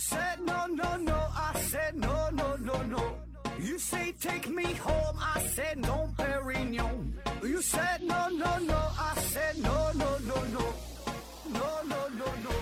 said no, no, no, I said no, no, no, no. You say take me home, I said no, Perignon. You said no, no, no, I said no, no, no, no. No, no, no, no.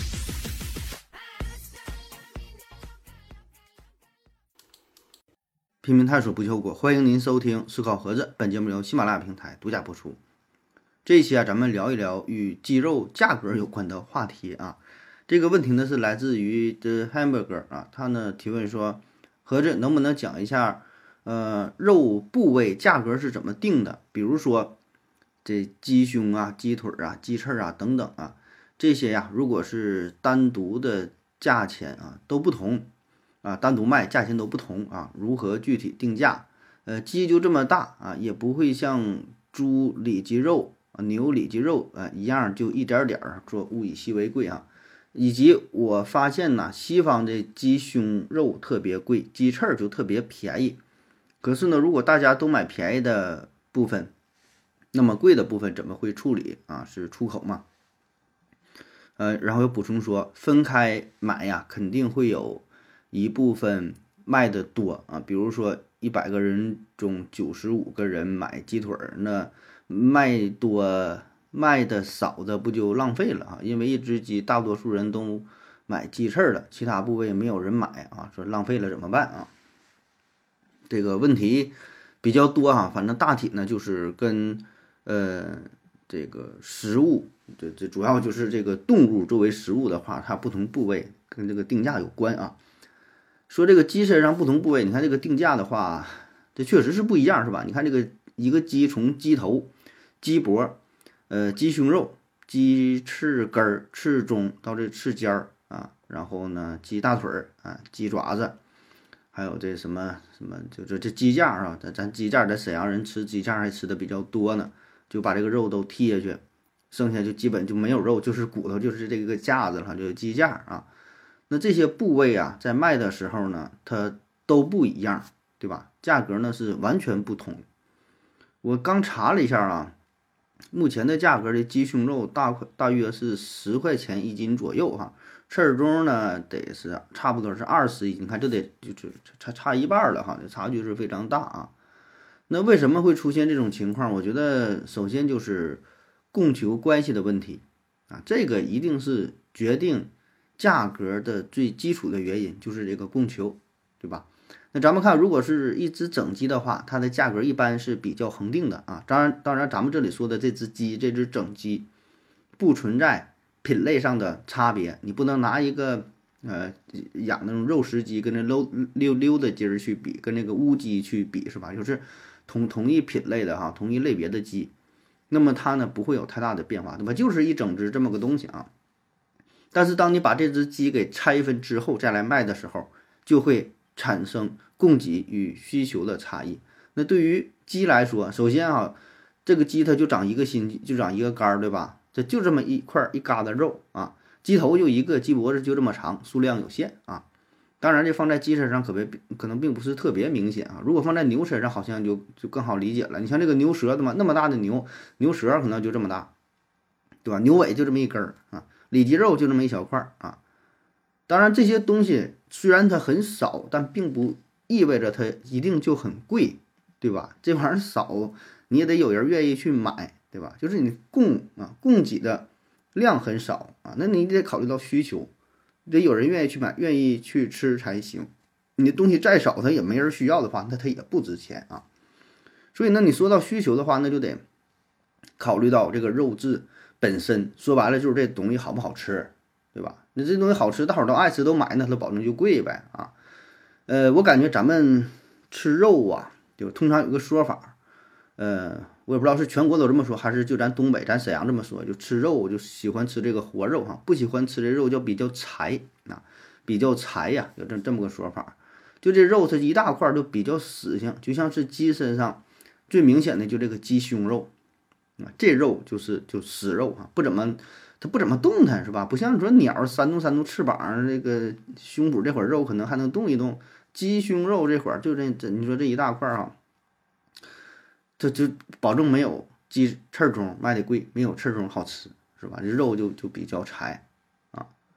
拼命探索不求果，欢迎您收听思考盒子。本节目由喜马拉雅平台独家播出。这一期咱们聊一聊与鸡肉价格有关的话题啊。这个问题呢是来自于The Hamburger 啊，他呢提问说，盒子能不能讲一下，肉部位价格是怎么定的？比如说这鸡胸啊、鸡腿啊、鸡翅啊等等啊，这些呀，如果是单独的价钱啊都不同啊，单独卖价钱都不同啊，如何具体定价？鸡就这么大啊，也不会像猪里脊肉、牛里脊肉一样就一点点做，物以稀为贵啊。以及我发现呢，西方的鸡胸肉特别贵，鸡翅就特别便宜。可是呢，如果大家都买便宜的部分，那么贵的部分怎么会处理啊？是出口嘛？然后又补充说，分开买呀，肯定会有一部分卖的多啊，比如说100个人中95个人买鸡腿儿，那卖多卖的少的不就浪费了啊？因为一只鸡大多数人都买鸡翅了，其他部位没有人买啊，说浪费了怎么办啊？这个问题比较多哈，反正大体呢就是跟这个食物，这主要就是这个动物作为食物的话，它不同部位跟这个定价有关啊。说这个鸡身上不同部位，你看这个定价的话，这确实是不一样，是吧？你看这个一个鸡从鸡头、鸡脖、鸡胸肉、鸡翅根儿、翅中到这翅尖儿啊，然后呢鸡大腿儿啊、鸡爪子，还有这什么什么，就这鸡架啊，咱鸡架在沈阳人吃鸡架还吃的比较多呢，就把这个肉都剔下去，剩下就基本就没有肉，就是骨头，就是这个架子了，就是鸡架啊。那这些部位啊，在卖的时候呢，它都不一样，对吧？价格呢是完全不同。我刚查了一下啊，目前的价格的鸡胸肉大约是10块钱一斤左右哈，翅中呢得是差不多是20一斤，你看这得就差一半了哈，这差距是非常大啊。那为什么会出现这种情况？我觉得首先就是供求关系的问题啊，这个一定是决定价格的最基础的原因，就是这个供求，对吧？那咱们看，如果是一只整鸡的话，它的价格一般是比较恒定的啊。当然，咱们这里说的这只鸡，这只整鸡，不存在品类上的差别。你不能拿一个养那种肉食鸡跟那溜的鸡儿去比，跟那个乌鸡去比，是吧？就是同一品类的哈，同一类别的鸡，那么它呢不会有太大的变化，对吧？就是一整只这么个东西啊。但是当你把这只鸡给拆分之后再来卖的时候，就会产生供给与需求的差异。那对于鸡来说，首先啊，这个鸡它就长一个心，就长一个肝儿，对吧？就这么一块一疙瘩肉啊，鸡头就一个，鸡脖子就这么长，数量有限啊。当然，这放在鸡身上可能并不是特别明显啊。如果放在牛身上，好像就更好理解了。你像这个牛舌子嘛，那么大的牛舌可能就这么大，对吧？牛尾就这么一根儿啊。里脊肉就这么一小块啊，当然这些东西虽然它很少，但并不意味着它一定就很贵，对吧？这玩意儿少，你也得有人愿意去买，对吧？就是你供给的量很少啊，那你得考虑到需求，得有人愿意去买，愿意去吃才行。你的东西再少，它也没人需要的话，那它也不值钱啊。所以呢，你说到需求的话，那就得考虑到这个肉质本身，说白了就是这东西好不好吃，对吧？那这东西好吃，大伙儿都爱吃都买，那它保证就贵呗啊。我感觉咱们吃肉啊，就通常有个说法，我也不知道是全国都这么说，还是就咱东北咱沈阳这么说，就吃肉就喜欢吃这个活肉哈，不喜欢吃这肉叫比较柴啊，比较柴呀，有这么个说法。就这肉它一大块就比较死性，就像是鸡身上最明显的就这个鸡胸肉。这肉就死肉啊，它不怎么动弹，是吧？不像说鸟扇动翅膀，这个胸脯这会儿肉可能还能动一动，鸡胸肉这会儿就你说这一大块啊，这就保证没有鸡翅中卖的贵，没有翅中好吃，是吧？这肉就比较柴啊。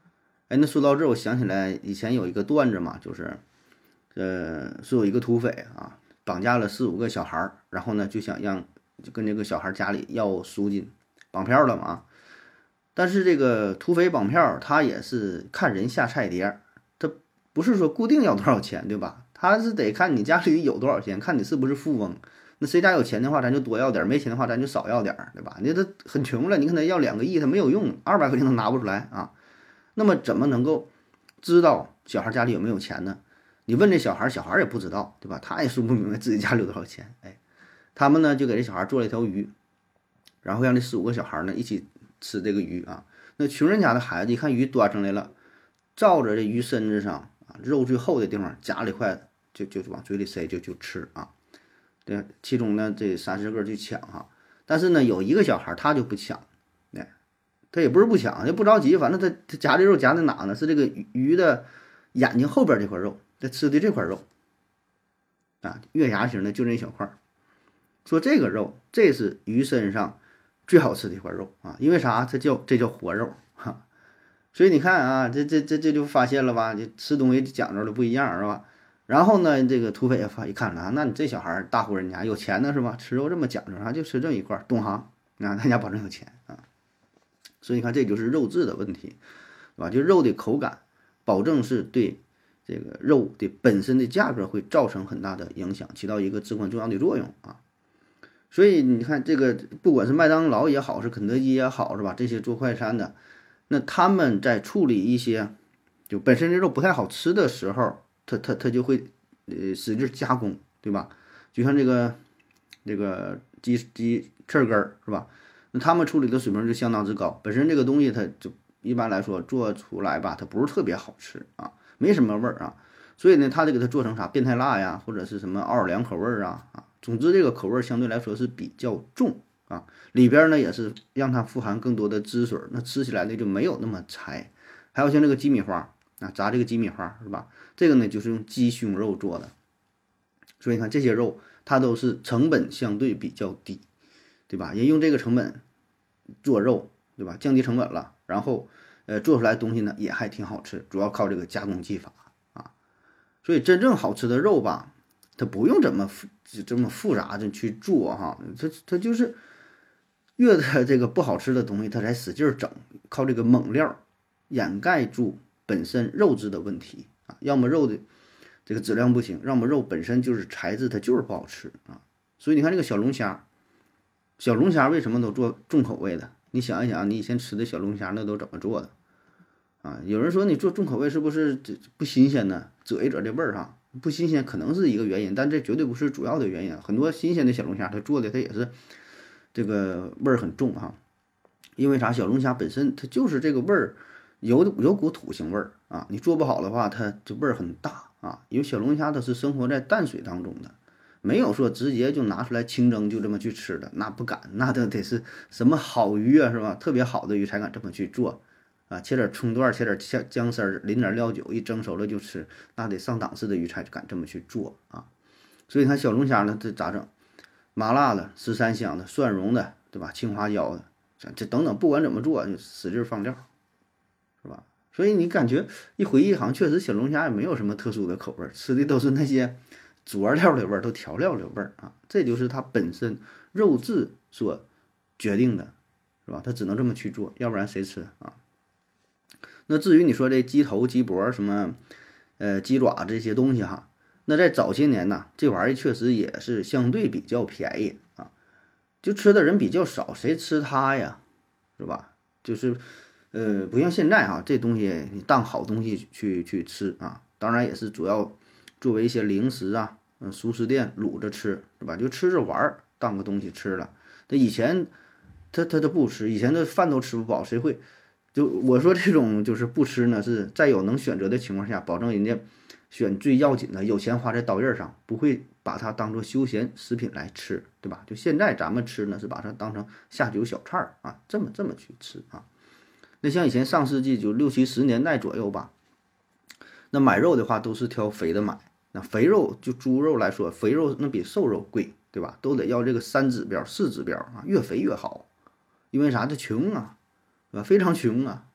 哎，那说到这儿，我想起来以前有一个段子嘛，就是是有一个土匪啊，绑架了4、5个小孩儿，然后呢就想就跟这个小孩家里要赎金，绑票了嘛。但是这个土匪绑票，他也是看人下菜碟儿，他不是说固定要多少钱，对吧？他是得看你家里有多少钱，看你是不是富翁。那谁家有钱的话，咱就多要点儿；没钱的话，咱就少要点儿，对吧？你他很穷了，你可能要2个亿，他没有用，200块钱都拿不出来啊。那么怎么能够知道小孩家里有没有钱呢？你问这小孩，小孩也不知道，对吧？他也说不明白自己家里有多少钱。哎，他们呢就给这小孩做了一条鱼，然后让这4、5个小孩呢一起吃这个鱼啊。那穷人家的孩子一看鱼端上来了，照着这鱼身子上啊肉最厚的地方夹了一块，就往嘴里塞，就吃啊。对，其中呢这30个就抢哈，但是呢有一个小孩他就不抢，哎，他也不是不抢，也不着急，反正他夹的肉夹在哪呢？是这个鱼的眼睛后边这块肉，他吃的这块肉啊，月牙形的就这一小块儿。说这个肉，这是鱼身上最好吃的一块肉啊，因为啥？这叫活肉哈。所以你看啊，这就发现了吧？这吃东西讲究的不一样是吧？然后呢，这个土匪一看了，那你这小孩大户人家有钱呢是吧？吃肉这么讲究，就吃这一块，懂行啊，他家保证有钱啊。所以你看，这就是肉质的问题，对吧？就肉的口感，保证是对这个肉的本身的价格会造成很大的影响，起到一个至关重要的作用啊。所以你看，这个不管是麦当劳也好，是肯德基也好，是吧？这些做快餐的，那他们在处理一些就本身这肉不太好吃的时候，他就会使劲加工，对吧？就像这个鸡翅根儿是吧？那他们处理的水平就相当之高，本身这个东西它就一般来说做出来吧，它不是特别好吃啊，没什么味儿啊，所以呢，他得给它做成啥变态辣呀，或者是什么奥尔良口味儿啊，总之这个口味儿相对来说是比较重啊，里边呢也是让它富含更多的汁水，那吃起来呢就没有那么柴。还有像这个鸡米花啊，炸这个鸡米花是吧？这个呢就是用鸡胸肉做的，所以你看这些肉它都是成本相对比较低，对吧？也用这个成本做肉，对吧？降低成本了，然后做出来东西呢也还挺好吃，主要靠这个加工技法啊。所以真正好吃的肉吧，它不用这么复杂的去做哈，它就是越的这个不好吃的东西，它才使劲整，靠这个猛料掩盖住本身肉质的问题啊，要么肉的这个质量不行，要么肉本身就是材质它就是不好吃啊。所以你看这个小龙虾，小龙虾为什么都做重口味的？你想一想，你以前吃的小龙虾那都怎么做的啊？有人说你做重口味是不是这不新鲜呢？遮一遮这味儿哈，不新鲜可能是一个原因，但这绝对不是主要的原因。很多新鲜的小龙虾它做的它也是这个味儿很重哈，因为啥？小龙虾本身它就是这个味儿，有股土腥味儿啊。你做不好的话，它就味儿很大啊。因为小龙虾它是生活在淡水当中的，没有说直接就拿出来清蒸就这么去吃的，那不敢，那得是什么好鱼啊，是吧？特别好的鱼才敢这么去做啊。切点葱段，切点姜丝儿，淋点料酒，一蒸熟了就吃，那得上档次的鱼才敢这么去做啊。所以它小龙虾呢，这咋整？麻辣的、13香的、蒜蓉的，对吧？青花椒的，这等等，不管怎么做，就使劲放料，是吧？所以你感觉一回忆，好像确实小龙虾也没有什么特殊的口味，吃的都是那些佐料的味儿，都调料的味儿啊。这就是它本身肉质所决定的，是吧？它只能这么去做，要不然谁吃啊？那至于你说这鸡头、鸡脖什么，鸡爪这些东西哈。那在早些年呢，这玩意儿确实也是相对比较便宜啊，就吃的人比较少，谁吃它呀，是吧？就是，不像现在哈，这东西你当好东西去吃啊，当然也是主要作为一些零食啊，熟食店卤着吃，是吧？就吃着玩儿，当个东西吃了。那以前他都不吃，以前的饭都吃不饱，谁会？就我说这种就是不吃呢，是在有能选择的情况下，保证人家选最要紧的，有钱花在刀刃上，不会把它当做休闲食品来吃，对吧？就现在咱们吃呢，是把它当成下酒小菜儿啊，这么去吃啊。那像以前上世纪就60、70年代左右吧，那买肉的话都是挑肥的买，那肥肉就猪肉来说，肥肉那比瘦肉贵，对吧？都得要这个3指标、4指标啊，越肥越好，因为啥？这穷啊，对吧？非常穷啊。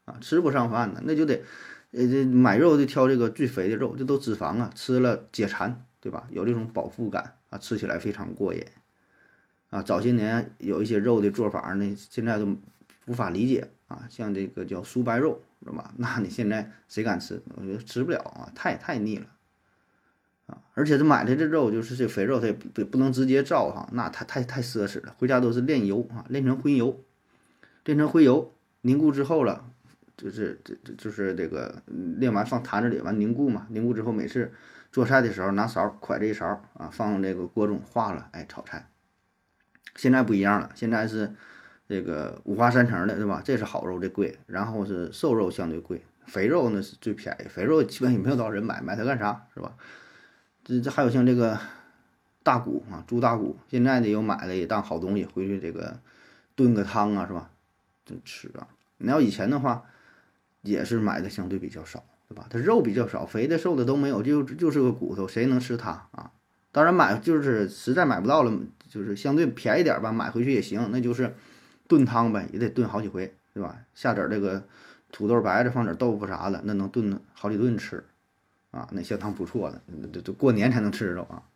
啊，吃不上饭呢，那就得这买肉就挑这个最肥的肉，这都脂肪啊，吃了解馋，对吧？有这种饱腹感啊，吃起来非常过瘾啊。早些年有一些肉的做法呢，现在都无法理解啊，像这个叫酥白肉，是吧？那你现在谁敢吃？我觉得吃不了啊，太腻了。而且这买的这肉就是这肥肉，它也不能直接照哈，那太奢侈了。回家都是炼油啊，炼成荤油，炼成灰油凝固之后了，就是这个炼完放坛子里完凝固嘛，凝固之后每次做菜的时候拿勺㧟这一勺啊，放这个锅中化了，哎，炒菜。现在不一样了，现在是这个五花三层的，对吧？这是好肉，这贵，然后是瘦肉相对贵，肥肉呢是最便宜，肥肉基本也没有多少人买它干啥，是吧？这还有像这个大骨啊，猪大骨，现在的有买了也当好东西，回去这个炖个汤啊，是吧？真吃啊！你要以前的话，也是买的相对比较少，对吧？它肉比较少，肥的瘦的都没有，就是个骨头，谁能吃它啊？当然买就是实在买不到了，就是相对便宜点吧，买回去也行，那就是炖汤呗，也得炖好几回，对吧？下点这个土豆白菜，放点豆腐啥的，那能炖好几顿吃。啊，那相当不错的，这过年才能吃着啊。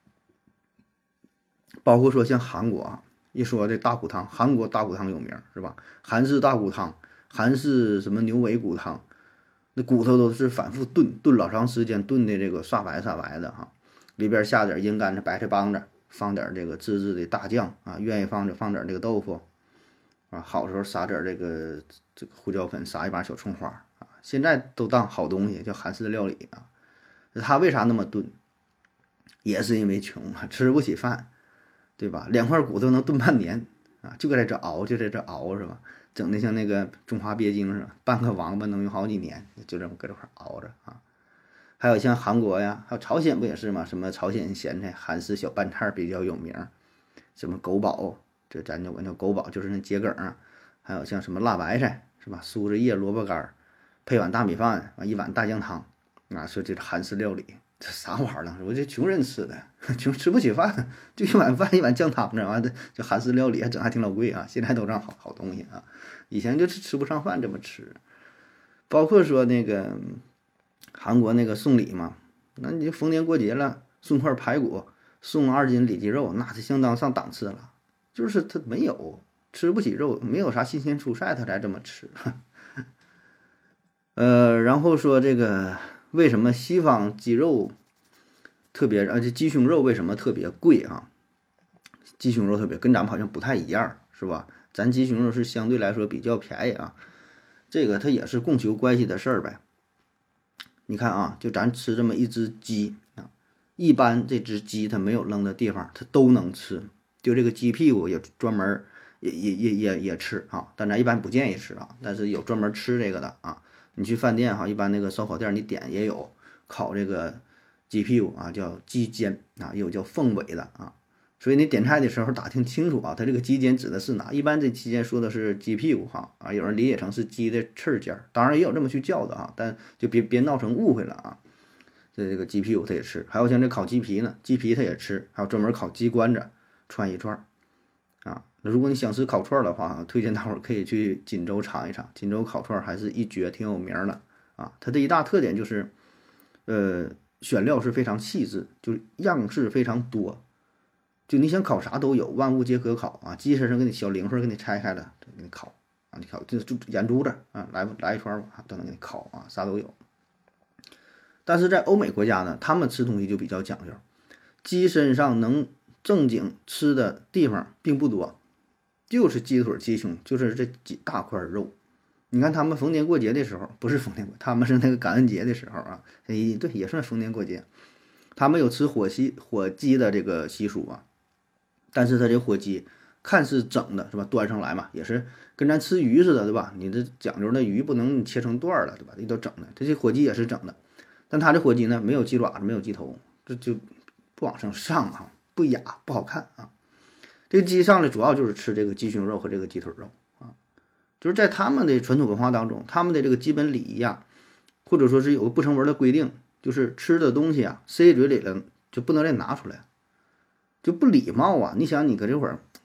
包括说像韩国啊，一说这大骨汤，韩国大骨汤有名是吧？韩式大骨汤，韩式什么牛尾骨汤，那骨头都是反复炖老长时间，炖的这个刷白的哈，里边下点阴干的白菜帮子，放点这个自制的大酱啊，愿意放点这个豆腐啊，好时候撒点这个胡椒粉，撒一把小葱花。现在都当好东西，叫韩式料理啊。他为啥那么炖？也是因为穷啊，吃不起饭，对吧？2块骨头能炖半年啊，就在这熬，是吧？整的像那个中华鳖精似的，半个王八能用好几年，就这么搁这块熬着啊。还有像韩国呀，还有朝鲜不也是吗？什么朝鲜咸菜、韩式小拌菜比较有名，什么狗宝，这咱就管叫狗宝，就是那桔梗啊。还有像什么辣白菜，是吧？苏子叶、萝卜干。配碗大米饭啊，一碗大酱汤啊，说这是韩式料理，这啥玩意儿呢？我这穷人吃的，穷吃不起饭，就一碗饭一碗酱汤这完的，就韩式料理还整还挺老贵啊。现在都这样好东西啊，以前就是吃不上饭这么吃。包括说那个韩国那个送礼嘛，那你逢年过节了，送块排骨，送2斤里脊肉，那是相当上档次了。就是他没有吃不起肉，没有啥新鲜蔬菜，他才这么吃。然后说这个为什么西方鸡肉特别，这鸡胸肉为什么特别贵啊？鸡胸肉特别跟咱们好像不太一样，是吧？咱鸡胸肉是相对来说比较便宜啊，这个它也是供求关系的事儿呗。你看啊，就咱吃这么一只鸡啊，一般这只鸡它没有扔的地方，它都能吃，就这个鸡屁股也专门也吃啊，但咱一般不建议吃啊，但是有专门吃这个的啊。你去饭店哈，一般那个烧烤店你点也有烤这个鸡屁股啊，叫鸡肩啊，也有叫凤尾的啊。所以你点菜的时候打听清楚啊，它这个鸡肩指的是哪？一般这鸡肩说的是鸡屁股哈啊，有人理解成是鸡的翅尖儿，当然也有这么去叫的啊，但就别闹成误会了啊。这个鸡屁股它也吃，还有像这烤鸡皮呢，鸡皮它也吃，还有专门烤鸡冠子串一串啊。如果你想吃烤串的话，推荐大伙儿可以去锦州尝一尝，锦州烤串还是一绝，挺有名的啊。它的一大特点就是，选料是非常细致，就样式非常多，就你想烤啥都有，万物皆可烤啊。鸡身上给你小零碎给你拆开了，给你烤啊，你烤就眼珠子啊，来一串都能给你烤啊，啥都有。但是在欧美国家呢，他们吃东西就比较讲究，鸡身上能正经吃的地方并不多。就是鸡腿、鸡胸，就是这几大块肉。你看他们逢年过节的时候，不是逢年过，他们是那个感恩节的时候啊，对，也算逢年过节。他们有吃火鸡的这个习俗啊，但是他这火鸡看似整的是吧，端上来嘛，也是跟咱吃鱼似的，对吧？你这讲究的鱼不能切成段了，对吧？这都整的，这火鸡也是整的，但他这火鸡呢，没有鸡爪子，没有鸡头，这就不往上上啊，不雅，不好看啊。这个鸡上来主要就是吃这个鸡胸肉和这个鸡腿肉啊，就是在他们的传统文化当中，他们的这个基本礼仪啊，或者说是有个不成文的规定，就是吃的东西啊塞嘴里了就不能再拿出来，就不礼貌啊。你想你搁这会儿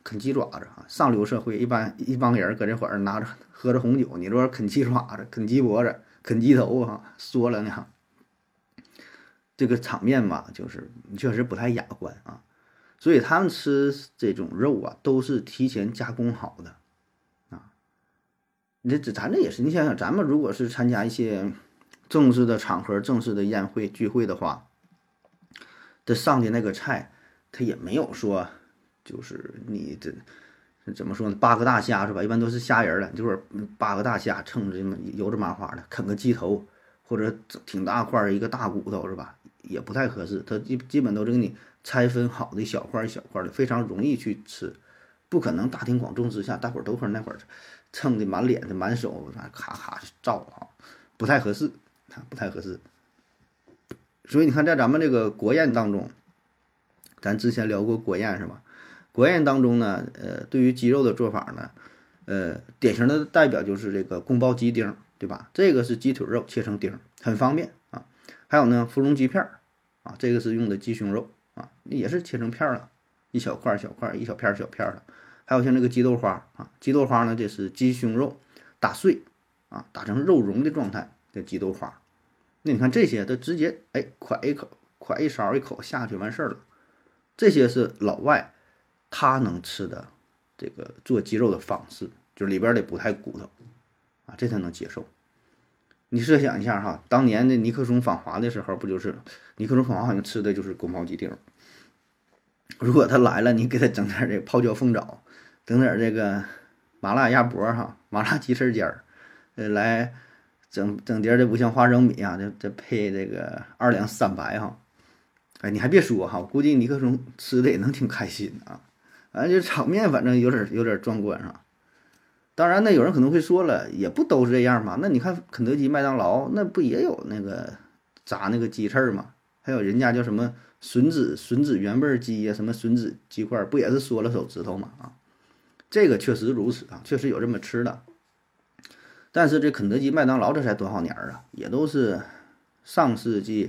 啃鸡爪子啊。上流社会一帮人搁这会儿拿着喝着红酒，你说啃鸡爪子、啃鸡脖子、啃鸡头啊，说了呢，这个场面吧，就是确实不太雅观啊。所以他们吃这种肉啊，都是提前加工好的啊。咱这也是，你想想，咱们如果是参加一些正式的场合、正式的宴会聚会的话，这上的那个菜，他也没有说，就是你这怎么说呢？8个大虾是吧？一般都是虾仁了，就是8个大虾称着这么油着麻花的，啃个鸡头或者挺大块一个大骨头是吧？也不太合适。它基本都是给你拆分好的小块小块的，非常容易去吃，不可能大庭广众之下，大伙儿都会那会儿蹭的满脸的满手，咔咔照啊，不太合适，不太合适。所以你看，在咱们这个国宴当中，咱之前聊过国宴是吧？国宴当中呢，对于鸡肉的做法呢，典型的代表就是这个宫保鸡丁，对吧？这个是鸡腿肉切成丁，很方便啊。还有呢，芙蓉鸡片儿啊，这个是用的鸡胸肉啊，也是切成片了，一小块小块，一小片小片的。还有像这个鸡豆花啊，鸡豆花呢，这是鸡胸肉打碎啊，打成肉蓉的状态的鸡豆花。那你看这些都直接㧟一勺一口下去完事儿了。这些是老外他能吃的这个做鸡肉的方式，就是里边得不太骨头啊，这才能接受。你设想一下哈，当年的尼克松访华的时候，不就是尼克松访华好像吃的就是宫保鸡丁。如果他来了，你给他整点这个泡椒凤爪，整点这个麻辣鸭脖哈，麻辣鸡翅尖儿，来整碟这五香花生米啊，这配这个2两3白哈。哎，你还别说哈，我估计尼克松吃的也能挺开心啊，反正这场面反正有点壮观啊。当然呢，有人可能会说了，也不都是这样嘛。那你看肯德基、麦当劳，那不也有那个炸那个鸡翅嘛？还有人家叫什么吮指原味鸡呀，什么吮指鸡块，不也是缩了手指头嘛？啊，这个确实如此啊，确实有这么吃的。但是这肯德基、麦当劳这才多少年啊，也都是上世纪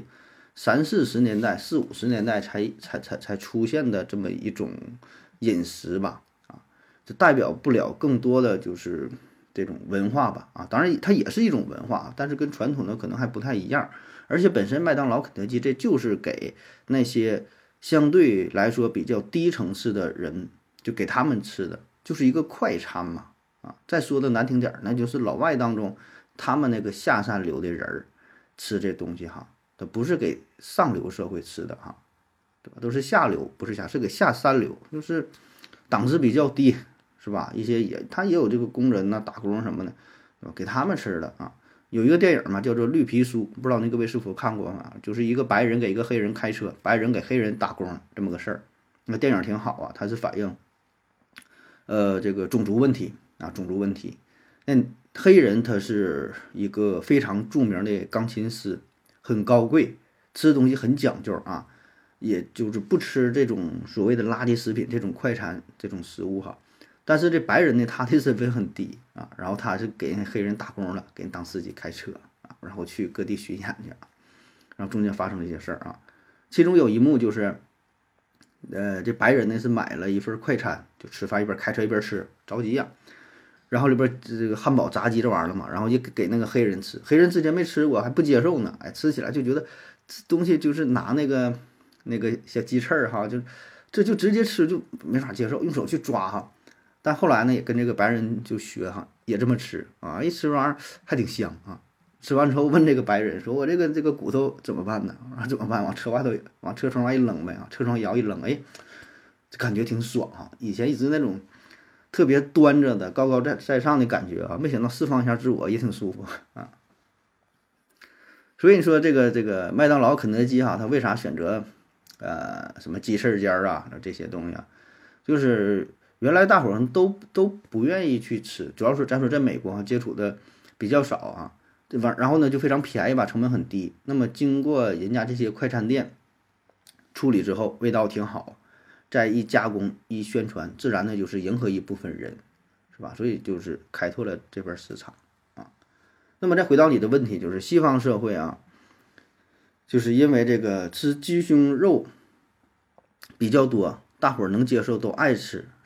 30、40年代、40、50年代才出现的这么一种饮食吧。这代表不了更多的就是这种文化吧啊，当然它也是一种文化，但是跟传统的可能还不太一样。而且本身麦当劳、肯德基这就是给那些相对来说比较低层次的人，就给他们吃的，就是一个快餐嘛啊。再说的难听点儿，那就是老外当中他们那个下三流的人儿吃这东西哈，它不是给上流社会吃的哈，对吧？都是下流，不是是给下三流，就是档次比较低。是吧？一些他也有这个工人呐、打工什么的，给他们吃的啊。有一个电影嘛，叫做《绿皮书》，不知道您各位是否看过啊？就是一个白人给一个黑人开车，白人给黑人打工这么个事儿。那电影挺好啊，它是反映这个种族问题啊，种族问题。那黑人他是一个非常著名的钢琴师，很高贵，吃东西很讲究啊，也就是不吃这种所谓的垃圾食品、这种快餐这种食物哈。但是这白人呢，他的身份很低啊，然后他是给人黑人打工了，给人当司机开车啊，然后去各地巡演去啊，然后中间发生了一些事儿啊，其中有一幕就是，这白人呢是买了一份快餐，就吃饭一边开车一边吃，着急呀，然后里边这个汉堡、炸鸡这玩意儿了嘛，然后就给那个黑人吃，黑人之前没吃过还不接受呢，哎，吃起来就觉得这东西就是拿那个小鸡翅儿哈，这就直接吃就没法接受，用手去抓哈。但后来呢，也跟这个白人就学哈，也这么吃啊，一吃玩意儿还挺香啊。吃完之后问这个白人说：“我这个骨头怎么办呢？啊，怎么办？往车窗外一扔呗啊，车窗摇一扔，哎，感觉挺爽啊。以前一直那种特别端着的、高高在上的感觉啊，没想到释放一下自我也挺舒服啊。所以你说这个麦当劳、肯德基哈，它为啥选择什么鸡翅尖儿啊这些东西啊？就是原来大伙儿都不愿意去吃，主要是咱说在美国啊接触的比较少啊，对吧？然后呢就非常便宜吧，成本很低。那么经过人家这些快餐店处理之后，味道挺好，再一加工一宣传，自然呢就是迎合一部分人，是吧？所以就是开拓了这份市场啊。那么再回到你的问题，就是西方社会啊，就是因为这个吃鸡胸肉比较多。大伙儿能接受，都爱吃，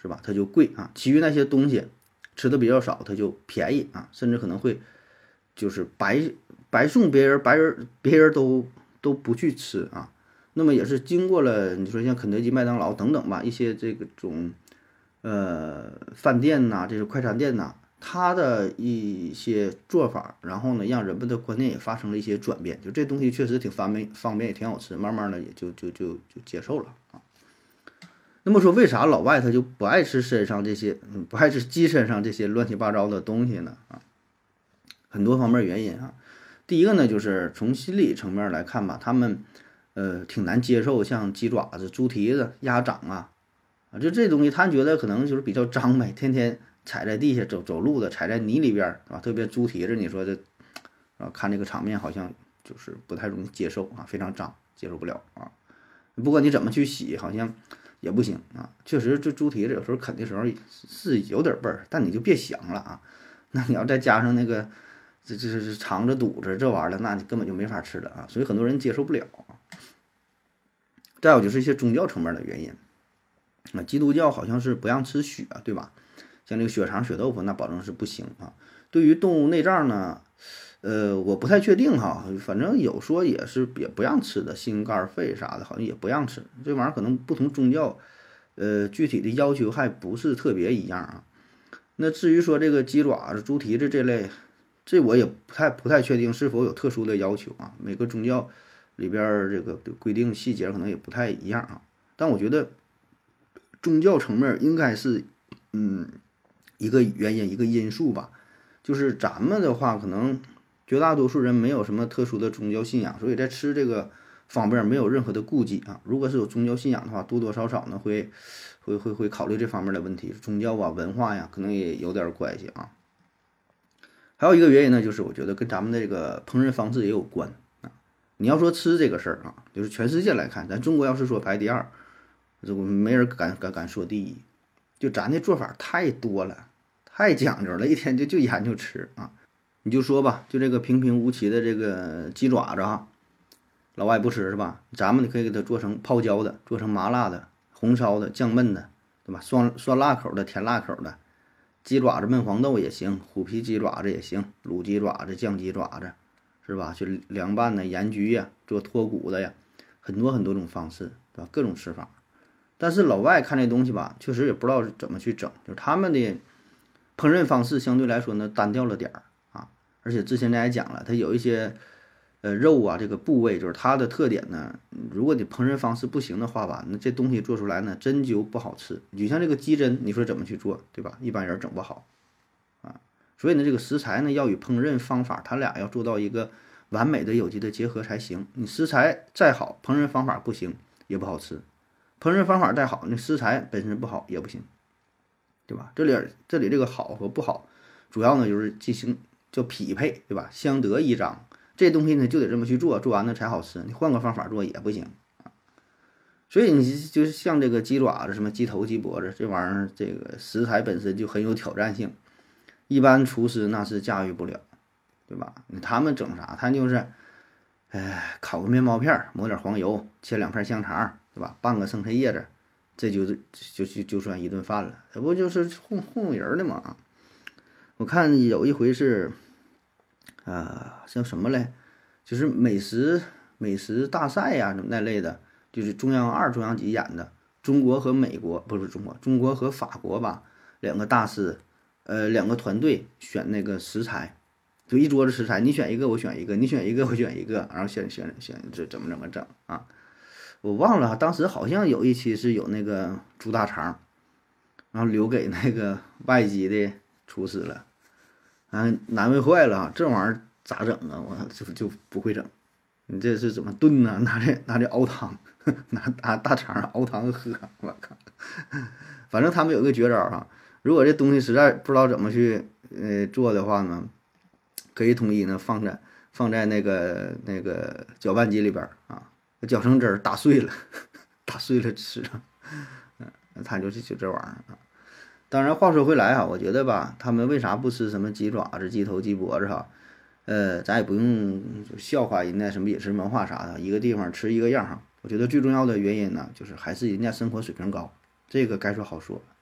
是吧？它就贵啊。其余那些东西吃的比较少，它就便宜啊，甚至可能会就是白送别人，别人都不去吃啊。那么也是经过了你说像肯德基、麦当劳等等吧，一些这种饭店呐、这些快餐店呐，它的一些做法，然后呢，让人们的观念也发生了一些转变。就这东西确实挺方便，也挺好吃，慢慢的也就接受了啊。那么说，为啥老外他就不爱吃身上这些，不爱吃鸡身上这些乱七八糟的东西呢？啊，很多方面原因啊。第一个呢，就是从心理层面来看吧，他们挺难接受像鸡爪子、猪蹄子、鸭掌就这东西，他觉得可能就是比较脏呗，天天踩在地下走路的，踩在泥里边儿特别猪蹄子，你说这看这个场面好像就是不太容易接受啊，非常脏，接受不了啊。不管你怎么去洗，好像也不行啊。确实，这猪蹄子有时候啃的时候是有点味儿，但你就别想了啊。那你要再加上那个这是肠子肚子这玩意儿了，那你根本就没法吃了啊。所以很多人接受不了啊。再有就是一些宗教层面的原因。基督教好像是不让吃血，对吧？像这个血肠、血豆腐，那保证是不行啊。对于动物内脏呢，我不太确定哈，反正有说也不让吃的，心肝肺啥的，好像也不让吃。这玩意儿可能不同宗教，具体的要求还不是特别一样啊。那至于说这个鸡爪子、猪蹄子这类，这我也不太确定是否有特殊的要求啊。每个宗教里边这个规定细节可能也不太一样啊。但我觉得宗教层面应该是，一个原因一个因素吧。就是咱们的话，可能绝大多数人没有什么特殊的宗教信仰，所以在吃这个方面没有任何的顾忌啊。如果是有宗教信仰的话，多多少少呢会考虑这方面的问题，宗教文化呀，可能也有点关系啊。还有一个原因呢，就是我觉得跟咱们的这个烹饪方式也有关啊。你要说吃这个事儿啊，就是全世界来看，咱中国要是说排第二，这我没人敢说第一。就咱这做法太多了，太讲究了，一天就研究吃啊。你就说吧，就这个平平无奇的这个鸡爪子老外不吃是吧？咱们可以给它做成泡椒的，做成麻辣的、红烧的、酱焖的，对吧？酸辣口的、甜辣口的，鸡爪子焖黄豆也行，虎皮鸡爪子也行，卤鸡爪子、酱鸡爪子，是吧？就凉拌的、盐焗呀，做脱骨的呀，很多种方式，对吧？各种吃法。但是老外看这东西吧，确实也不知道怎么去整，就是他们的烹饪方式相对来说呢单调了点儿啊。而且之前咱也讲了，它有一些肉这个部位就是它的特点呢，如果你烹饪方式不行的话吧，那这东西做出来呢真就不好吃。就像这个鸡胗，你说怎么去做，对吧？一般人整不好啊。所以呢，这个食材呢要与烹饪方法，它俩要做到一个完美的有机的结合才行。你食材再好，烹饪方法不行也不好吃。烹饪方法再好，那食材本身不好也不行，对吧？这里这个好和不好，主要呢就是进行叫匹配，对吧？相得益彰，这东西呢就得这么去做，做完了才好吃。你换个方法做也不行啊。所以你就是像这个鸡爪子、什么鸡头、鸡脖子这玩意儿，这个食材本身就很有挑战性，一般厨师那是驾驭不了，对吧？他们整啥？他就是，烤个面包片，抹点黄油，切2片香肠。对吧？拌个生菜叶子，这就算一顿饭了，这不就是糊人的吗？我看有一回是，像什么嘞，就是美食大赛呀，什么那类的，就是中央2、中央几演的，中国和美国不是中国和法国吧，两个大师，两个团队选那个食材，就一桌子食材，你选一个我选一个，你选一个我选一个，然后选这怎么整啊？我忘了，当时好像有一期是有那个猪大肠，然后留给那个外籍的厨师了，难为坏了，这玩意儿咋整啊？我就不会整。你这是怎么炖呢？拿这熬汤，拿大肠熬汤喝，我靠！反正他们有个绝招如果这东西实在不知道怎么去做的话呢，可以统一呢放在那个搅拌机里边搅成汁儿，打碎了吃，他就这玩意儿当然，话说回来我觉得吧，他们为啥不吃什么鸡爪子、鸡头、鸡脖子咱也不用就笑话人家什么饮食文化啥的，一个地方吃一个样我觉得最重要的原因呢，就是还是人家生活水平高，这个该说好说。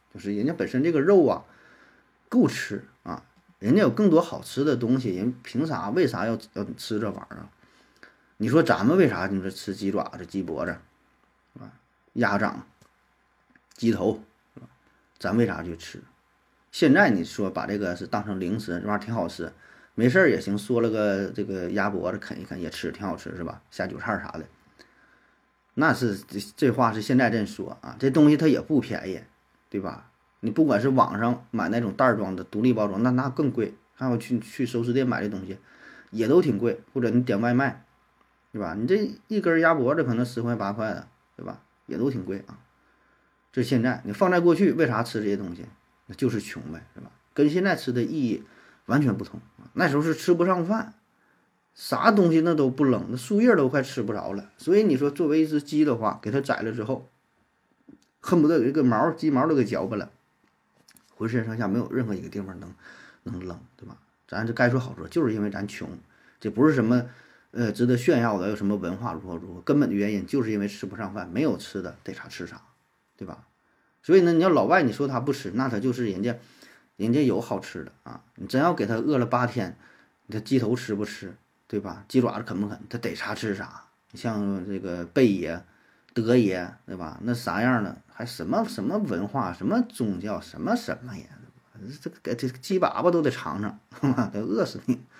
就是人家本身这个肉啊够吃啊，人家有更多好吃的东西，人凭啥为啥要吃这玩意儿啊？你说咱们为啥你说吃鸡爪子、鸡脖子，是吧？鸭掌、鸡头，是吧？咱为啥去吃？现在你说把这个是当成零食，这玩意儿挺好吃，没事儿也行，嗦了个这个鸭脖子啃一啃也吃，挺好吃是吧？下酒菜啥的，那是这话是现在这说啊，这东西它也不便宜，对吧？你不管是网上买那种袋装的独立包装，那更贵，还有去熟食店买的东西也都挺贵，或者你点外卖。对吧？你这一根鸭脖子可能10块8块的，对吧？也都挺贵啊。这现在你放在过去，为啥吃这些东西？那就是穷呗，是吧？跟现在吃的意义完全不同。那时候是吃不上饭，啥东西那都不冷，那树叶都快吃不着了。所以你说作为一只鸡的话，给它宰了之后，恨不得有一个毛鸡毛都给嚼巴了，浑身上下没有任何一个地方能冷，对吧？咱这该说好说，就是因为咱穷，这不是什么。值得炫耀的有什么文化如何，根本的原因就是因为吃不上饭，没有吃的得啥吃啥，对吧？所以呢，你要老外你说他不吃，那他就是人家有好吃的啊。你真要给他饿了8天，你这鸡头吃不吃，对吧？鸡爪子啃不啃，他得啥吃啥。像这个贝爷、德爷，对吧？那啥样的，还什么文化，什么宗教，什么呀？这鸡粑粑都得尝尝，得饿死你。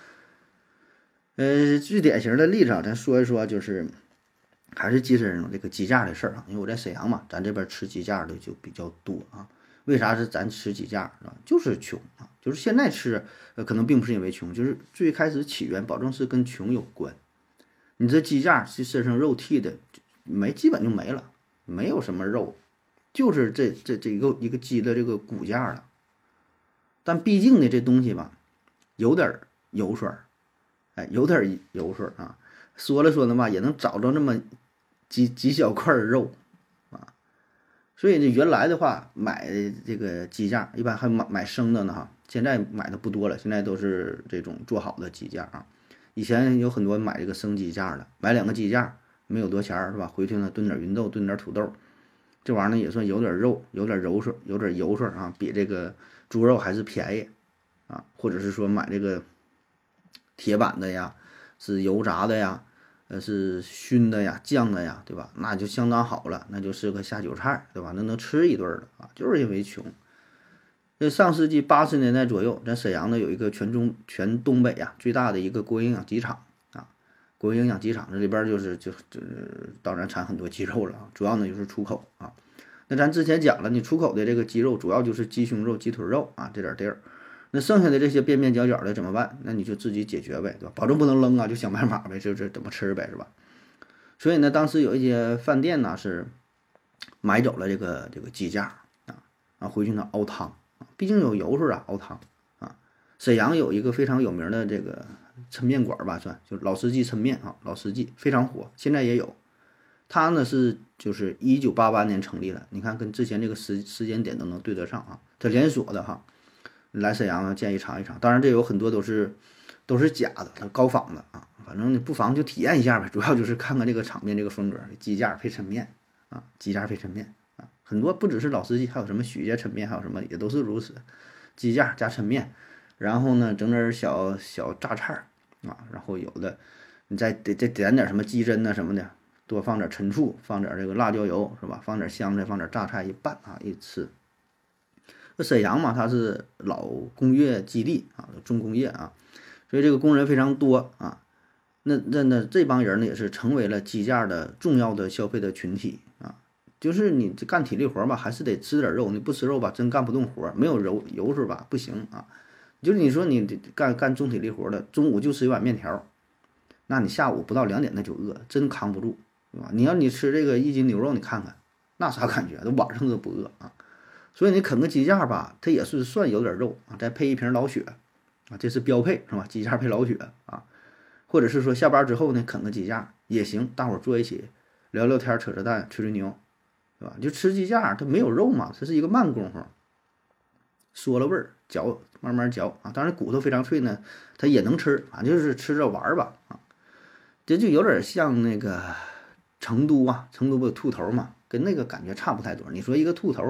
最典型的例子啊，咱说一说，就是还是鸡身上这个鸡架的事儿啊。因为我在沈阳嘛，咱这边吃鸡架的就比较多啊。为啥是咱吃鸡架啊？就是穷啊，就是现在吃，可能并不是因为穷，就是最开始起源保证是跟穷有关。你这鸡架是身上肉剔的，基本就没了，没有什么肉，就是这一个鸡的这个骨架了。但毕竟呢，这东西吧，有点油水儿。有点油水啊，说了呢吧，也能找着那么几小块肉啊。所以呢，原来的话买这个鸡架，一般还买生的呢哈。现在买的不多了，现在都是这种做好的鸡架啊。以前有很多买这个生鸡架的，买2个鸡架没有多钱是吧？回去呢炖点芸豆，炖点土豆，这玩意儿呢也算有点肉，有点油水，有点油水啊，比这个猪肉还是便宜啊。或者是说买这个。铁板的呀，是油炸的呀，是熏的呀，酱的呀，对吧？那就相当好了，那就是个下酒菜，对吧？那能吃一顿了啊！就是因为穷。这上世纪80年代左右，在沈阳呢有一个全东北呀最大的一个国营养鸡场啊，国营养鸡场这里边就是当然产很多鸡肉了啊，主要呢就是出口啊。那咱之前讲了，你出口的这个鸡肉主要就是鸡胸肉、鸡腿肉啊这点地儿。那剩下的这些边边角角的怎么办？那你就自己解决呗，对吧？保证不能扔啊，就想办法呗，就是怎么吃呗，是吧？所以呢，当时有一些饭店呢是买走了这个鸡架啊，回去呢熬汤啊，毕竟有油水啊，熬汤啊。沈阳有一个非常有名的这个抻面馆吧，算就是老司机抻面啊，老司机非常火，现在也有。它呢就是1988年成立了，你看跟之前这个时间点都能对得上啊，它连锁的哈。来沈阳建议尝一尝，当然这有很多都是假的，它高仿的啊。反正你不妨就体验一下呗，主要就是看看这个场面这个风格，鸡架配抻面啊，鸡架配抻面啊，很多不只是老司机，还有什么许家抻面，还有什么也都是如此，鸡架加抻面，然后呢整点小榨菜啊，然后有的你再点点什么鸡胗呐什么的，多放点陈醋，放点这个辣椒油是吧？放点香菜，放点榨菜一拌啊一吃。沈阳嘛，它是老工业基地啊，重工业啊，所以这个工人非常多啊。那这帮人呢，也是成为了鸡架的重要的消费的群体啊。就是你这干体力活吧，还是得吃点肉，你不吃肉吧，真干不动活，没有油水吧，不行啊。就是你说你干重体力活的，中午就吃一碗面条，那你下午不到2点那就饿，真扛不住，对吧？你要你吃这个1斤牛肉，你看看那啥感觉，都晚上都不饿啊。所以你啃个鸡架吧，它也是算有点肉啊，再配一瓶老雪啊，这是标配是吧？鸡架配老雪啊，或者是说下班之后呢，啃个鸡架也行，大伙儿坐一起聊聊天、扯扯淡、吹吹牛，对吧？就吃鸡架，它没有肉嘛，它是一个慢功夫，说了味儿，嚼慢慢嚼啊。当然骨头非常脆呢，它也能吃啊，就是吃着玩儿吧啊。这就有点像那个成都啊，成都不有兔头嘛，跟那个感觉差不太多。你说一个兔头。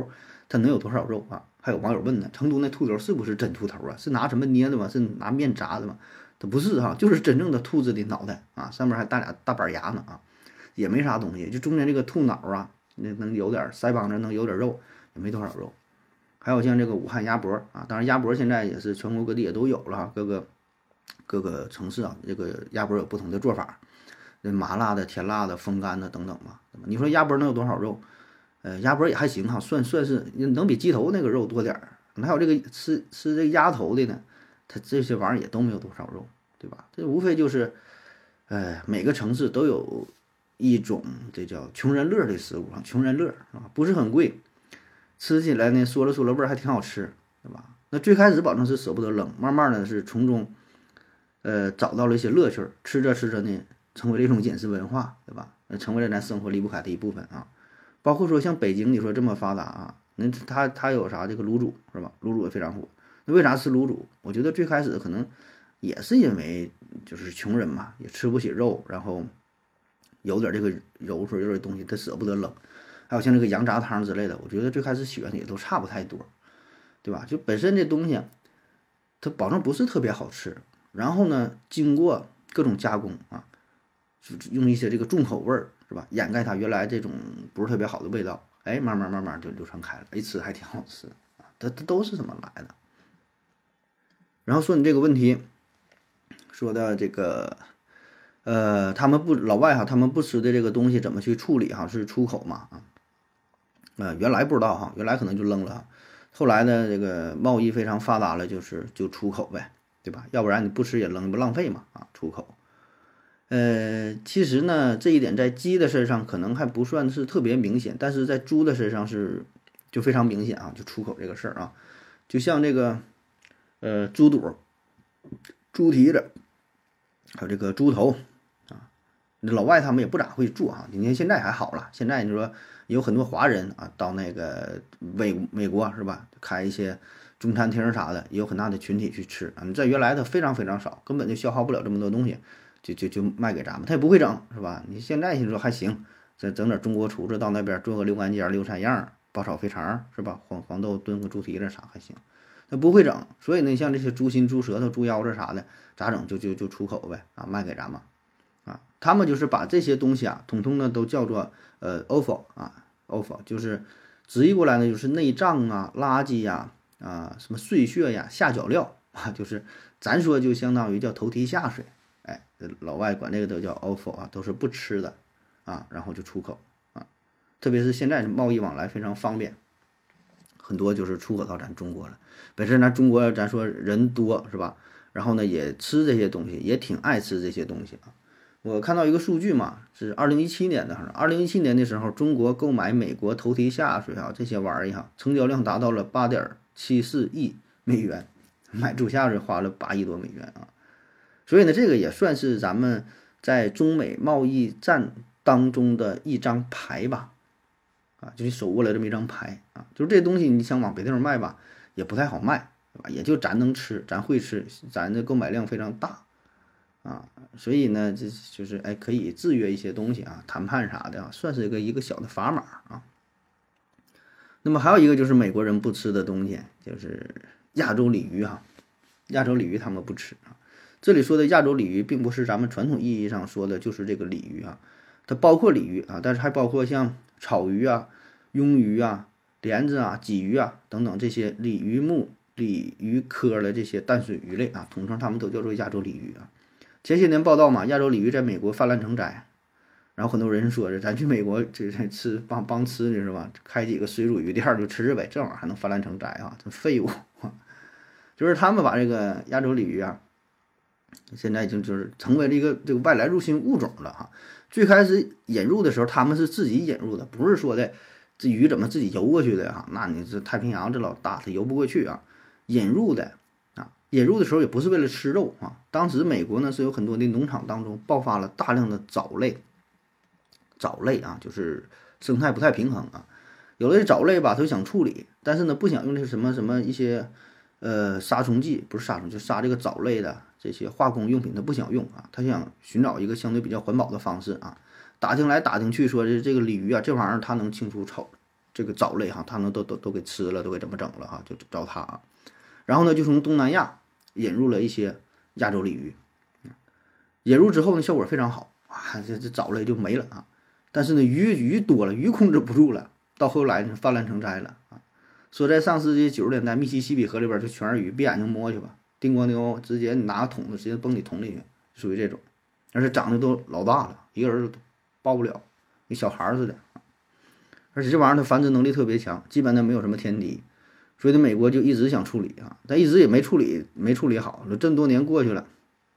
它能有多少肉啊？还有网友问呢，成都那兔头是不是真兔头啊？是拿什么捏的吗？是拿面炸的吗？它不是哈，就是真正的兔子的脑袋啊，上面还带俩大板牙呢啊，也没啥东西，就中间这个兔脑啊，那能有点腮帮子能有点肉，也没多少肉。还有像这个武汉鸭脖啊，当然鸭脖现在也是全国各地也都有了哈，各个城市啊，这个鸭脖有不同的做法，那麻辣的、甜辣的、风干的等等嘛。你说鸭脖能有多少肉？鸭脖也还行哈，算是能比鸡头那个肉多点儿。还有这个吃这个鸭头的呢，它这些玩意儿也都没有多少肉，对吧？这无非就是，每个城市都有一种这叫穷人乐的食物啊，穷人乐啊，不是很贵，吃起来呢说了味儿还挺好吃，对吧？那最开始保证是舍不得扔，慢慢的是从中，找到了一些乐趣，吃着吃着呢，成为了一种饮食文化，对吧？成为了咱生活离不开的一部分啊。包括说像北京，你说这么发达啊，那它有啥这个卤煮是吧？卤煮也非常火。那为啥吃卤煮？我觉得最开始可能也是因为就是穷人嘛，也吃不起肉，然后有点这个油水，有点东西，他舍不得扔。还有像这个羊杂汤之类的，我觉得最开始喜欢的也都差不太多，对吧？就本身这东西，它保证不是特别好吃，然后呢，经过各种加工啊，就用一些这个重口味儿。是吧？掩盖它原来这种不是特别好的味道，哎，慢慢就流传开了，一吃还挺好吃啊。它都是这么来的。然后说你这个问题，说的这个，他们不老外哈，他们不吃的这个东西怎么去处理哈？是出口嘛啊？原来不知道哈，原来可能就扔了，后来呢，这个贸易非常发达了，就出口呗，对吧？要不然你不吃也扔，不浪费嘛啊？出口。其实呢，这一点在鸡的身上可能还不算是特别明显，但是在猪的身上就非常明显啊，就出口这个事儿啊，就像这个猪肚、猪蹄子，还有这个猪头啊，老外他们也不咋会做啊。你看现在还好了，现在你说有很多华人啊，到那个美国是吧，开一些中餐厅啥的，也有很大的群体去吃啊。你在原来它非常非常少，根本就消耗不了这么多东西。就卖给咱们，他也不会整，是吧？你现在你说还行，再整点中国厨子到那边做个六干尖、六三样、爆炒肥肠，是吧？黄豆炖个猪蹄子啥还行，他不会整。所以呢，像这些猪心、猪舌头、猪腰子啥的，咋整就出口呗啊，卖给咱们啊。他们就是把这些东西啊，统统的都叫做offal 啊 offal，就是直译过来呢就是内脏啊、垃圾呀什么碎屑呀、下脚料啊，就是咱说就相当于叫头蹄下水。哎，老外管这个都叫 offal 啊，都是不吃的啊，然后就出口啊，特别是现在贸易往来非常方便，很多就是出口到咱中国了。本身咱中国咱说人多是吧？然后呢也吃这些东西，也挺爱吃这些东西啊。我看到一个数据嘛，是2017年的，2017年的时候，中国购买美国头蹄下水啊这些玩意儿哈，成交量达到了8.74亿美元，买猪下水花了8亿多美元啊。所以呢，这个也算是咱们在中美贸易战当中的一张牌吧，啊，就是手握了这么一张牌啊，就是这东西你想往别地方卖吧，也不太好卖，对吧？也就咱能吃，咱会吃，咱的购买量非常大啊，所以呢，这就是哎可以制约一些东西啊，谈判啥的啊，算是一个小的砝码啊。那么还有一个就是美国人不吃的东西，就是亚洲鲤鱼哈，亚洲鲤鱼他们不吃啊。这里说的亚洲鲤鱼，并不是咱们传统意义上说的，就是这个鲤鱼啊，它包括鲤鱼啊，但是还包括像草鱼啊、鳙鱼啊、莲子啊、鲫鱼啊等等这些鲤鱼目、鲤鱼科的这些淡水鱼类啊，统称它们都叫做亚洲鲤鱼啊。前些年报道嘛，亚洲鲤鱼在美国泛滥成灾，然后很多人说着咱去美国这吃帮吃呢是吧？开几个水煮鱼店就吃呗，这玩意儿还能泛滥成灾啊？这废物啊！就是他们把这个亚洲鲤鱼啊。现在已经就是成为了一个这个外来入侵物种了哈。最开始引入的时候，他们是自己引入的，不是说的这鱼怎么自己游过去的哈。那你这太平洋这老大，它游不过去啊。引入的啊，引入的时候也不是为了吃肉啊。当时美国呢是有很多的农场当中爆发了大量的藻类啊，就是生态不太平衡啊。有的藻类吧，他就想处理，但是呢不想用这什么一些杀虫剂，不是杀虫，就杀这个藻类的。这些化工用品他不想用啊，他想寻找一个相对比较环保的方式啊。打听来打听去，说这个鲤鱼啊，这玩意儿它能清除这个藻类哈，他们都给吃了，都给怎么整了哈，就找他啊。然后呢，就从东南亚引入了一些亚洲鲤鱼，引入之后呢，效果非常好啊，这藻类就没了啊。但是呢，鱼多了，鱼控制不住了，到后来呢，泛滥成灾了啊。说在上世纪90年代，密西西比河里边就全是鱼，闭眼睛摸去吧，叮咣叮，直接你拿个桶子直接崩你桶里去，属于这种，而且长得都老大了，一个人都抱不了，跟小孩似的。而且这玩意儿它繁殖能力特别强，基本上没有什么天敌，所以呢，美国就一直想处理啊，但一直也没处理好。这么多年过去了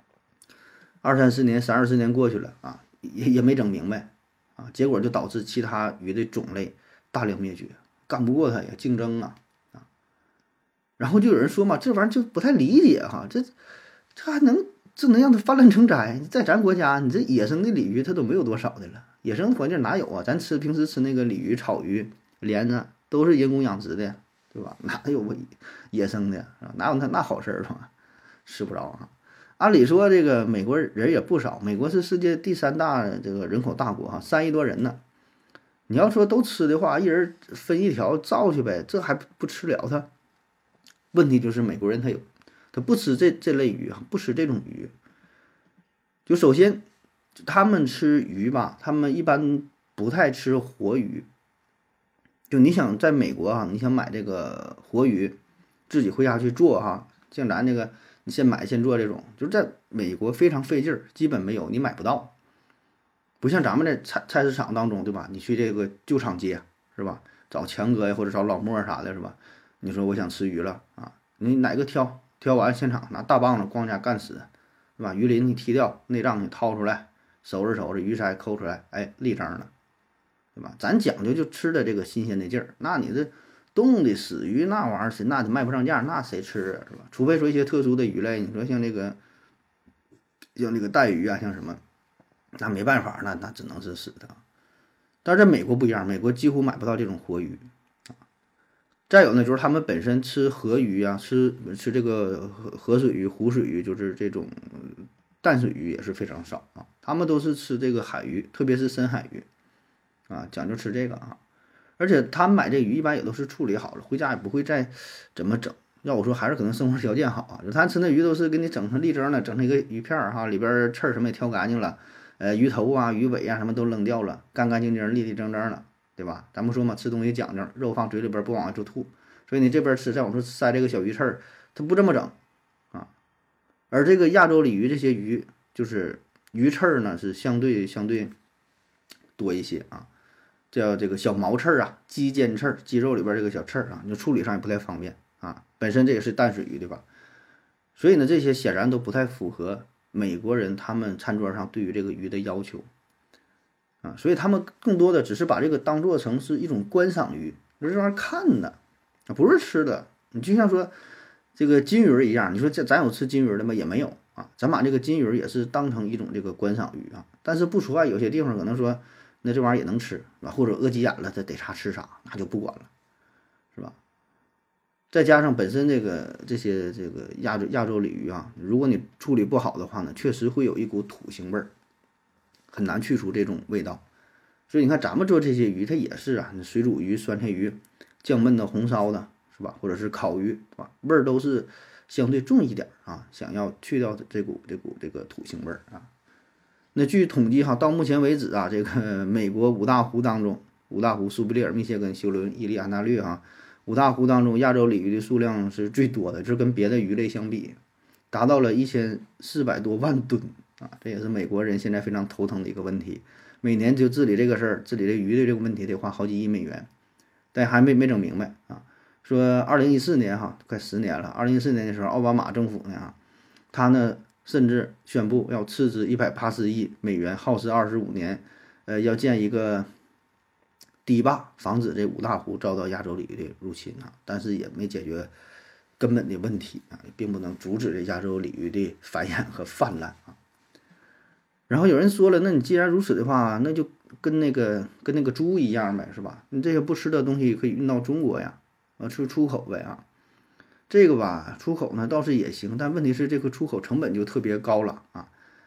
，20-30年、30-40年过去了啊，也没整明白啊，结果就导致其他鱼的种类大量灭绝，干不过它呀，竞争啊。然后就有人说嘛，这玩意儿就不太理解哈，这还能让它泛滥成灾？在咱国家，你这野生的鲤鱼它都没有多少的了，野生环境哪有啊？咱平时吃那个鲤鱼、草鱼、鲢子都是人工养殖的，对吧？哪有野生的啊？哪有那好事儿吧？吃不着啊。按理说这个美国人也不少，美国是世界第3大这个人口大国哈，3亿多人呢。你要说都吃的话，一人分一条造去呗，这还不吃了它？问题就是美国人他不吃这类鱼，不吃这种鱼。就首先他们吃鱼吧，他们一般不太吃活鱼。就你想在美国哈，你想买这个活鱼，自己回家去做哈，像咱这个你现买现做这种，就是在美国非常费劲儿，基本没有，你买不到。不像咱们在菜市场当中，对吧？你去这个旧场街是吧？找强哥呀，或者找老莫啥的，是吧？你说我想吃鱼了啊，你哪个挑完现场拿大棒子咣家干死，是吧？鱼鳞你剔掉，内脏你掏出来，收拾鱼鳃抠出来，哎，立正了，对吧？咱讲究就吃的这个新鲜的劲儿，那你这冻的死鱼那玩意儿那卖不上价，那谁吃啊，是吧？除非说一些特殊的鱼类，你说像那个带鱼啊，像什么，那没办法，那只能是死的。但是在美国不一样，美国几乎买不到这种活鱼。再有呢，就是他们本身吃河鱼啊，吃这个河水鱼、湖水鱼，就是这种淡水鱼也是非常少啊。他们都是吃这个海鱼，特别是深海鱼啊，讲究吃这个啊。而且他们买这鱼一般也都是处理好了，回家也不会再怎么整。要我说，还是可能生活条件好啊。就他吃那鱼都是给你整成立蒸了，整成一个鱼片儿哈，里边刺儿什么也挑干净了，鱼头啊、鱼尾啊什么都扔掉了，干干净净、立正正了。对吧？咱不说嘛，吃东西讲究，肉放嘴里边不往外就吐，所以你这边吃再往出塞这个小鱼刺儿，它不这么整啊。而这个亚洲鲤鱼这些鱼，就是鱼刺儿呢是相对多一些啊，叫这个小毛刺儿啊、肌尖刺儿，肌肉里边这个小刺儿啊，你处理上也不太方便啊。本身这也是淡水鱼对吧？所以呢，这些显然都不太符合美国人他们餐桌上对于这个鱼的要求。啊，所以他们更多的只是把这个当做成是一种观赏鱼，这玩意儿看的，不是吃的。你就像说这个金鱼一样，你说咱有吃金鱼的吗？也没有啊。咱把这个金鱼也是当成一种这个观赏鱼啊，但是不除外，有些地方可能说那这玩意儿也能吃，是吧？或者饿急眼了，它逮啥吃啥，那就不管了，是吧？再加上本身这些亚洲鲤鱼啊，如果你处理不好的话呢，确实会有一股土腥味儿。很难去除这种味道，所以你看咱们做这些鱼，它也是啊，水煮鱼、酸菜鱼、酱焖的、红烧的，是吧？或者是烤鱼，是吧？味儿都是相对重一点啊，想要去掉这股土腥味儿啊。那据统计哈，到目前为止啊，这个美国5大湖当中，5大湖苏必利尔、密歇根、休伦、伊利安纳略哈，5大湖当中亚洲鲤鱼的数量是最多的，就是跟别的鱼类相比，达到了1400多万吨。啊，这也是美国人现在非常头疼的一个问题。每年就治理这个事儿，治理这鱼的这个问题得花好几亿美元，但还没整明白啊。说2014年哈，快10年了。2014年的时候，奥巴马政府呢，他呢甚至宣布要斥资180亿美元，耗时25年，要建一个堤坝，防止这5大湖遭到亚洲鲤鱼的入侵啊。但是也没解决根本的问题啊，并不能阻止这亚洲鲤鱼的繁衍和泛滥啊。然后有人说了，那你既然如此的话，那就跟那个猪一样呗，是吧？你这些不吃的东西可以运到中国呀，出口呗啊。这个吧，出口呢倒是也行，但问题是这个出口成本就特别高了啊。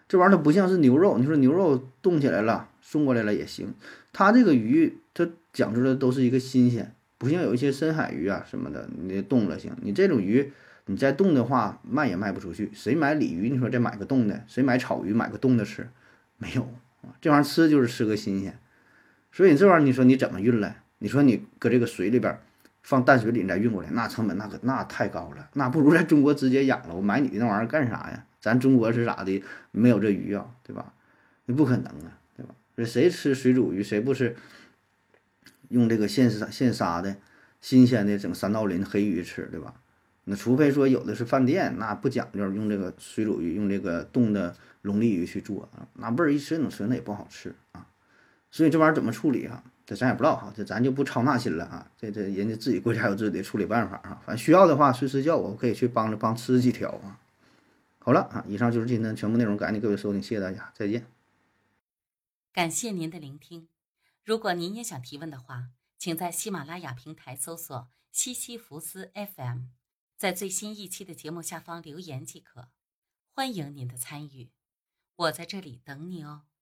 这玩意儿它不像是牛肉，你说牛肉冻起来了送过来了也行，它这个鱼它讲究的都是一个新鲜，不像有一些深海鱼啊什么的，你冻了行，你这种鱼你再冻的话卖也卖不出去，谁买鲤鱼你说再买个冻的，谁买草鱼买个冻的吃？没有啊，这玩意儿吃就是吃个新鲜，所以这玩意儿你说你怎么运来？你说你搁这个水里边放淡水里你再运过来，那成本那太高了，那不如在中国直接养了。我买你那玩意儿干啥呀？咱中国是咋的？没有这鱼啊，对吧？那不可能啊，对吧？谁吃水煮鱼，谁不是用这个现杀的新鲜的整三道鳞黑鱼吃，对吧？那除非说有的是饭店，那不讲究用这个水煮鱼，用这个冻的龙利鱼去做啊，那味儿一吃能吃那也不好吃啊。所以这玩意儿怎么处理啊？这咱也不知道哈，这咱就不操那心了啊。这人家自己国家有自己的处理办法啊。反正需要的话，随时叫我，我可以去帮吃几条啊。好了啊，以上就是今天的全部内容，感谢各位收听，谢谢大家，再见。 感谢您的聆听。如果您也想提问的话，请在喜马拉雅平台搜索西西弗斯 FM， 在最新一期的节目下方留言即可。欢迎您的参与，我在这里等你哦。